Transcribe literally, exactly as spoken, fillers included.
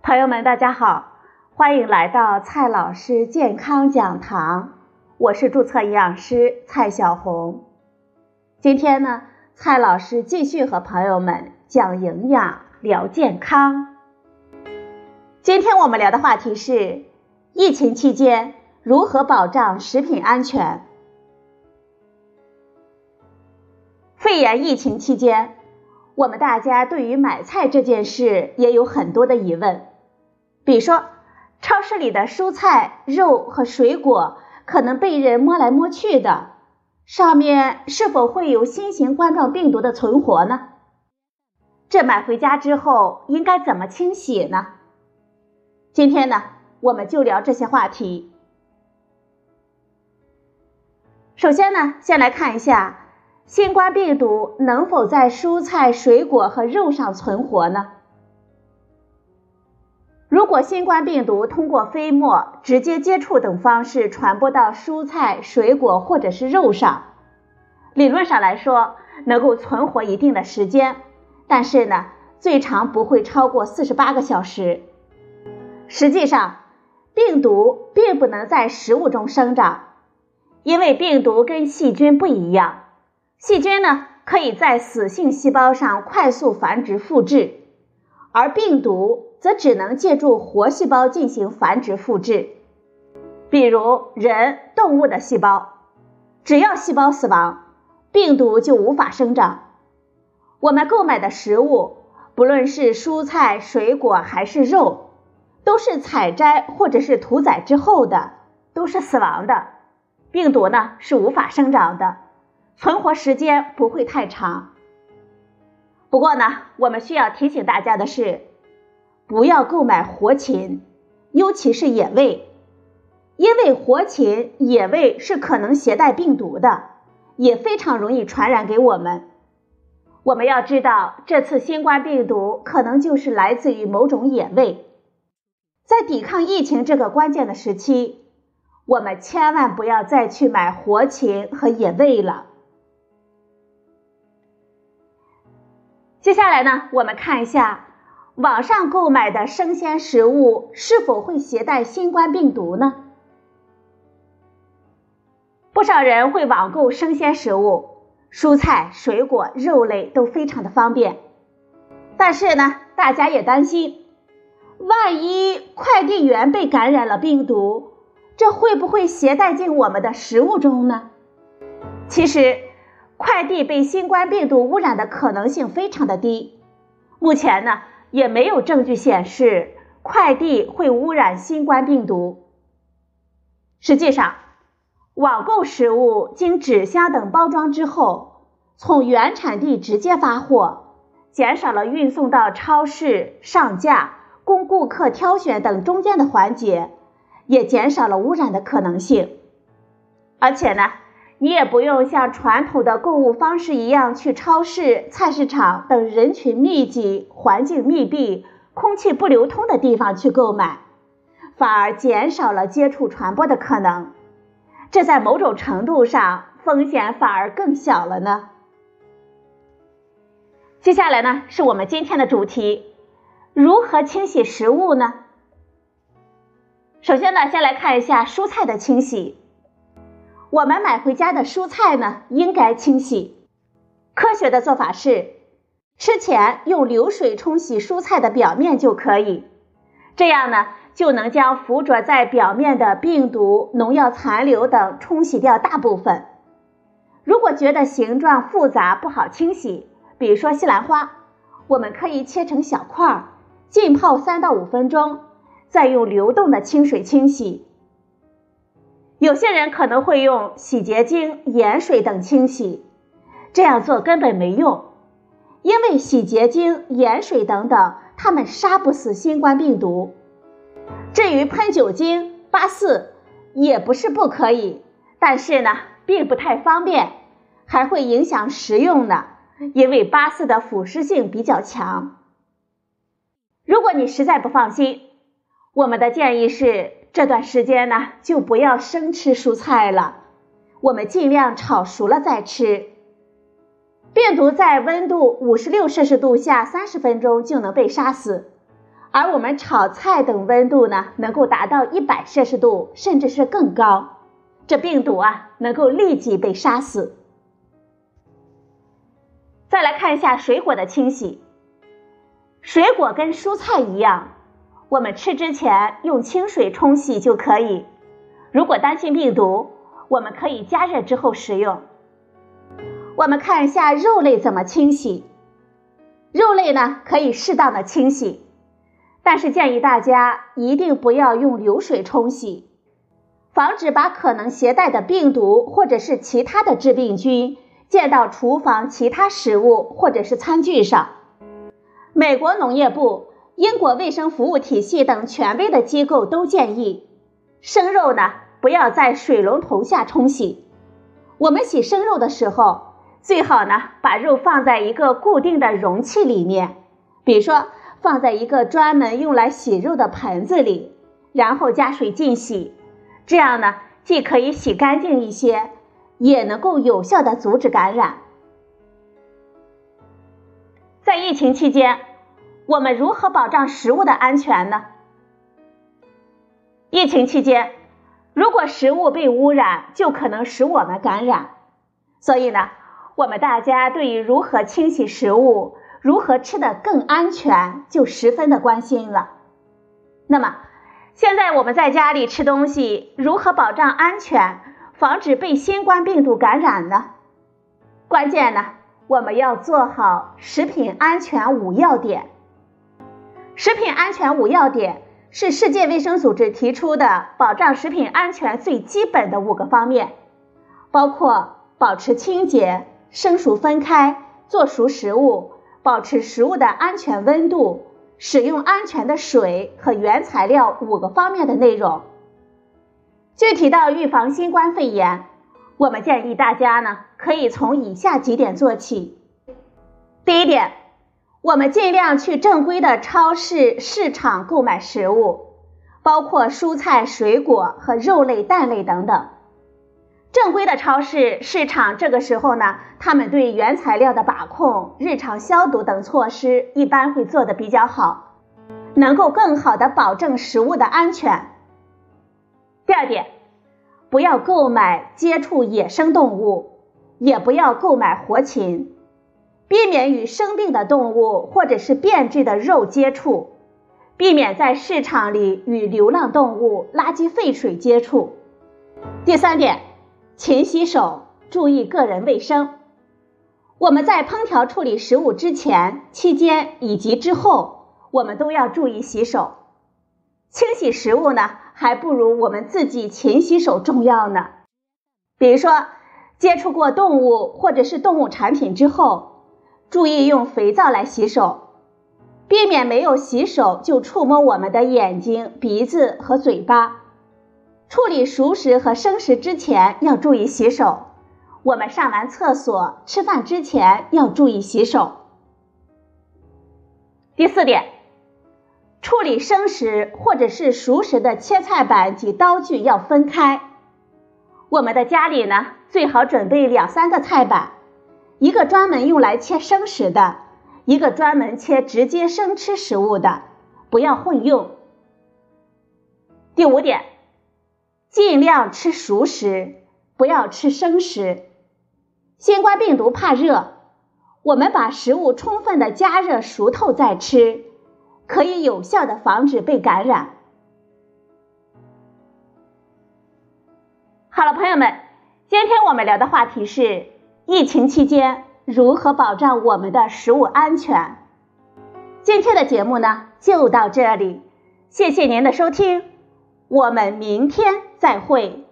朋友们，大家好，欢迎来到蔡老师健康讲堂，我是注册营养师蔡小红。今天呢，蔡老师继续和朋友们讲营养聊健康。今天我们聊的话题是疫情期间如何保障食品安全。肺炎疫情期间，我们大家对于买菜这件事也有很多的疑问，比如说超市里的蔬菜、肉和水果可能被人摸来摸去的，上面是否会有新型冠状病毒的存活呢？这买回家之后应该怎么清洗呢？今天呢，我们就聊这些话题。首先呢，先来看一下新冠病毒能否在蔬菜、水果和肉上存活呢？如果新冠病毒通过飞沫、直接接触等方式传播到蔬菜、水果或者是肉上，理论上来说能够存活一定的时间，但是呢，最长不会超过四十八个小时。实际上，病毒并不能在食物中生长，因为病毒跟细菌不一样，细菌呢可以在死性细胞上快速繁殖复制，而病毒则只能借助活细胞进行繁殖复制。比如人、动物的细胞，只要细胞死亡，病毒就无法生长。我们购买的食物，不论是蔬菜、水果还是肉，都是采摘或者是屠宰之后的，都是死亡的，病毒呢是无法生长的，存活时间不会太长。不过呢，我们需要提醒大家的是，不要购买活禽，尤其是野味，因为活禽、野味是可能携带病毒的，也非常容易传染给我们。我们要知道，这次新冠病毒可能就是来自于某种野味。在抵抗疫情这个关键的时期，我们千万不要再去买活禽和野味了。接下来呢，我们看一下网上购买的生鲜食物是否会携带新冠病毒呢？不少人会网购生鲜食物，蔬菜、水果、肉类都非常的方便。但是呢，大家也担心，万一快递员被感染了病毒，这会不会携带进我们的食物中呢？其实，快递被新冠病毒污染的可能性非常的低。目前呢，也没有证据显示快递会污染新冠病毒。实际上，网购食物经纸箱等包装之后，从原产地直接发货，减少了运送到超市、上架、供顾客挑选等中间的环节，也减少了污染的可能性。而且呢，你也不用像传统的购物方式一样去超市、菜市场等人群密集、环境密闭、空气不流通的地方去购买，反而减少了接触传播的可能。这在某种程度上风险反而更小了呢。接下来呢，是我们今天的主题，如何清洗食物呢？首先呢，先来看一下蔬菜的清洗。我们买回家的蔬菜呢，应该清洗。科学的做法是，吃前用流水冲洗蔬菜的表面就可以，这样呢，就能将附着在表面的病毒、农药残留等冲洗掉大部分。如果觉得形状复杂不好清洗，比如说西兰花，我们可以切成小块，浸泡三到五分钟，再用流动的清水清洗。有些人可能会用洗洁精、盐水等清洗，这样做根本没用，因为洗洁精、盐水等等，它们杀不死新冠病毒。至于喷酒精、八四也不是不可以，但是呢，并不太方便，还会影响食用呢，因为八四的腐蚀性比较强。如果你实在不放心，我们的建议是，这段时间呢，就不要生吃蔬菜了，我们尽量炒熟了再吃。病毒在温度五十六摄氏度下三十分钟就能被杀死， 而我们炒菜等温度呢，能够达到一百摄氏度，甚至是更高，这病毒啊，能够立即被杀死。再来看一下水果的清洗。水果跟蔬菜一样，我们吃之前用清水冲洗就可以。如果担心病毒，我们可以加热之后食用。我们看一下肉类怎么清洗。肉类呢，可以适当的清洗，但是建议大家一定不要用流水冲洗，防止把可能携带的病毒或者是其他的致病菌溅到厨房其他食物或者是餐具上。美国农业部、英国卫生服务体系等权威的机构都建议，生肉呢不要在水龙头下冲洗。我们洗生肉的时候，最好呢把肉放在一个固定的容器里面，比如说放在一个专门用来洗肉的盆子里，然后加水浸洗，这样呢既可以洗干净一些，也能够有效的阻止感染。在疫情期间，我们如何保障食物的安全呢？疫情期间，如果食物被污染，就可能使我们感染。所以呢，我们大家对于如何清洗食物，如何吃得更安全，就十分的关心了。那么，现在我们在家里吃东西，如何保障安全，防止被新冠病毒感染呢？关键呢，我们要做好食品安全五要点。食品安全五要点是世界卫生组织提出的保障食品安全最基本的五个方面，包括保持清洁、生熟分开、做熟食物、保持食物的安全温度、使用安全的水和原材料五个方面的内容。具体到预防新冠肺炎，我们建议大家呢，可以从以下几点做起。第一点，我们尽量去正规的超市、市场购买食物，包括蔬菜、水果和肉类、蛋类等等。正规的超市、市场这个时候呢，他们对原材料的把控、日常消毒等措施一般会做得比较好，能够更好地保证食物的安全。第二点，不要购买接触野生动物，也不要购买活禽，避免与生病的动物或者是变质的肉接触，避免在市场里与流浪动物、垃圾废水接触。第三点，勤洗手，注意个人卫生。我们在烹调处理食物之前、期间以及之后，我们都要注意洗手。清洗食物呢，还不如我们自己勤洗手重要呢。比如说，接触过动物或者是动物产品之后，注意用肥皂来洗手，避免没有洗手就触摸我们的眼睛、鼻子和嘴巴。处理熟食和生食之前要注意洗手，我们上完厕所、吃饭之前要注意洗手。第四点，处理生食或者是熟食的切菜板及刀具要分开。我们的家里呢，最好准备两三个菜板，一个专门用来切生食的，一个专门切直接生吃食物的，不要混用。第五点，尽量吃熟食，不要吃生食。新冠病毒怕热，我们把食物充分的加热熟透再吃，可以有效的防止被感染。好了，朋友们，今天我们聊的话题是疫情期间如何保障我们的食物安全。今天的节目呢，就到这里，谢谢您的收听，我们明天再会。